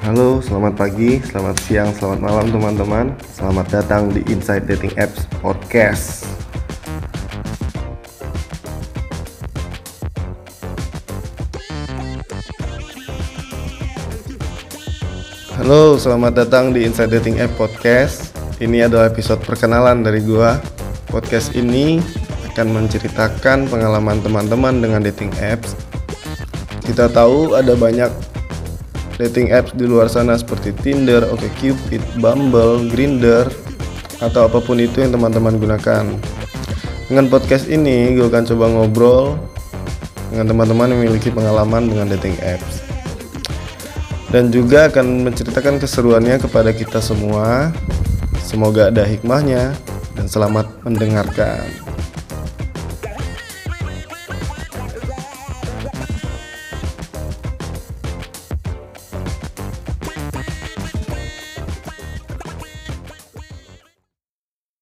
Halo, selamat pagi, selamat siang, selamat malam teman-teman. Selamat datang di Inside Dating Apps Podcast. Halo, selamat datang di Inside Dating App Podcast. Ini adalah episode perkenalan dari gua. Podcast ini akan menceritakan pengalaman teman-teman dengan dating apps. Kita tahu ada banyak dating apps di luar sana seperti Tinder, OkCupid, Bumble, Grindr, atau apapun itu yang teman-teman gunakan. Dengan podcast ini, gue akan coba ngobrol dengan teman-teman yang memiliki pengalaman dengan dating apps. Dan juga akan menceritakan keseruannya kepada kita semua. Semoga ada hikmahnya dan selamat mendengarkan.